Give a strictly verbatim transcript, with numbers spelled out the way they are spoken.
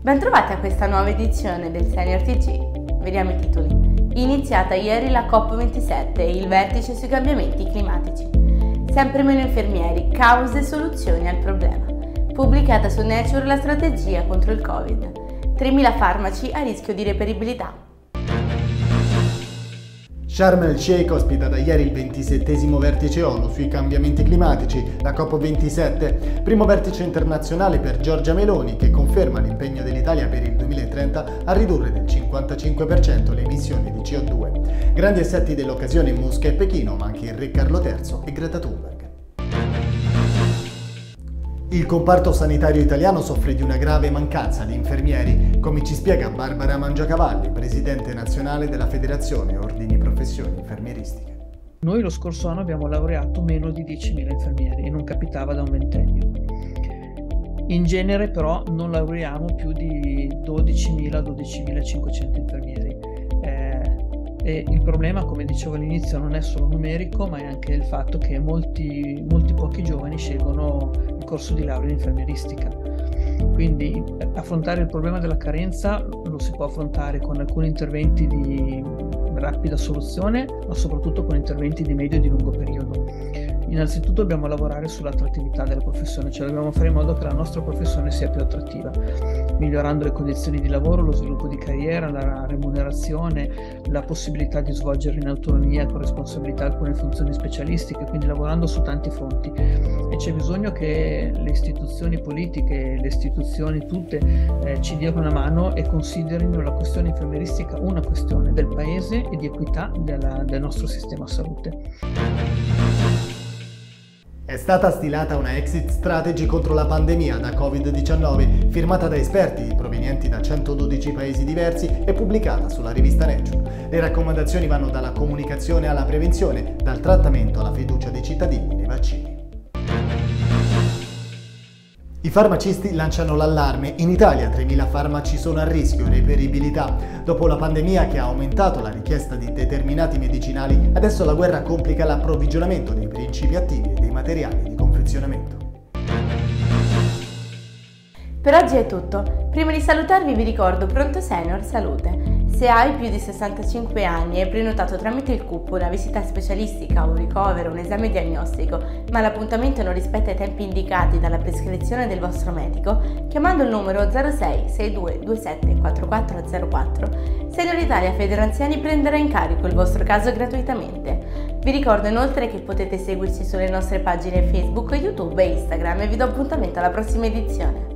Bentrovati a questa nuova edizione del Senior T G. Vediamo i titoli. Iniziata ieri la COP ventisette e il vertice sui cambiamenti climatici. Sempre meno infermieri, cause e soluzioni al problema. Pubblicata su Nature la strategia contro il Covid. tremila farmaci a rischio di reperibilità. Sharm el-Sheikh ospita da ieri il ventisettesimo vertice ONU sui cambiamenti climatici, la COP ventisette, primo vertice internazionale per Giorgia Meloni che conferma l'impegno dell'Italia per il duemilatrenta a ridurre del cinquantacinque per cento le emissioni di C O due. Grandi assetti dell'occasione in Mosca e Pechino, ma anche il re Carlo terzo e Greta Thunberg. Il comparto sanitario italiano soffre di una grave mancanza di infermieri, come ci spiega Barbara Mangiacavalli, presidente nazionale della Federazione Ordini Professioni Infermieristiche. Noi lo scorso anno abbiamo laureato meno di diecimila infermieri e non capitava da un ventennio. In genere però non laureiamo più di dodicimila dodicimilacinquecento infermieri. Eh, e il problema, come dicevo all'inizio, non è solo numerico, ma è anche il fatto che molti, molti pochi giovani scelgono il corso di laurea in infermieristica. Quindi affrontare il problema della carenza lo si può affrontare con alcuni interventi di rapida soluzione, ma soprattutto con interventi di medio e di lungo periodo. Innanzitutto dobbiamo lavorare sull'attrattività della professione, cioè dobbiamo fare in modo che la nostra professione sia più attrattiva, migliorando le condizioni di lavoro, lo sviluppo di carriera, la remunerazione, la possibilità di svolgere in autonomia con responsabilità alcune funzioni specialistiche, quindi lavorando su tanti fronti. E c'è bisogno che le istituzioni politiche, le istituzioni tutte eh, ci diano una mano e considerino la questione infermieristica una questione del paese e di equità della, del nostro sistema salute. È stata stilata una exit strategy contro la pandemia da Covid diciannove, firmata da esperti provenienti da centododici paesi diversi e pubblicata sulla rivista Nature. Le raccomandazioni vanno dalla comunicazione alla prevenzione, dal trattamento alla fiducia dei cittadini nei vaccini. I farmacisti lanciano l'allarme. In Italia tremila farmaci sono a rischio reperibilità. Dopo la pandemia che ha aumentato la richiesta di determinati medicinali, adesso la guerra complica l'approvvigionamento dei principi attivi e dei materiali di confezionamento. Per oggi è tutto. Prima di salutarvi vi ricordo Pronto Senior Salute. Se hai più di sessantacinque anni e hai prenotato tramite il C U P una visita specialistica, un ricovero, un esame diagnostico, ma l'appuntamento non rispetta i tempi indicati dalla prescrizione del vostro medico, chiamando il numero zero sei sei due due sette quattro quattro zero quattro, Senior Italia Federanziani prenderà in carico il vostro caso gratuitamente. Vi ricordo inoltre che potete seguirci sulle nostre pagine Facebook, YouTube e Instagram e vi do appuntamento alla prossima edizione.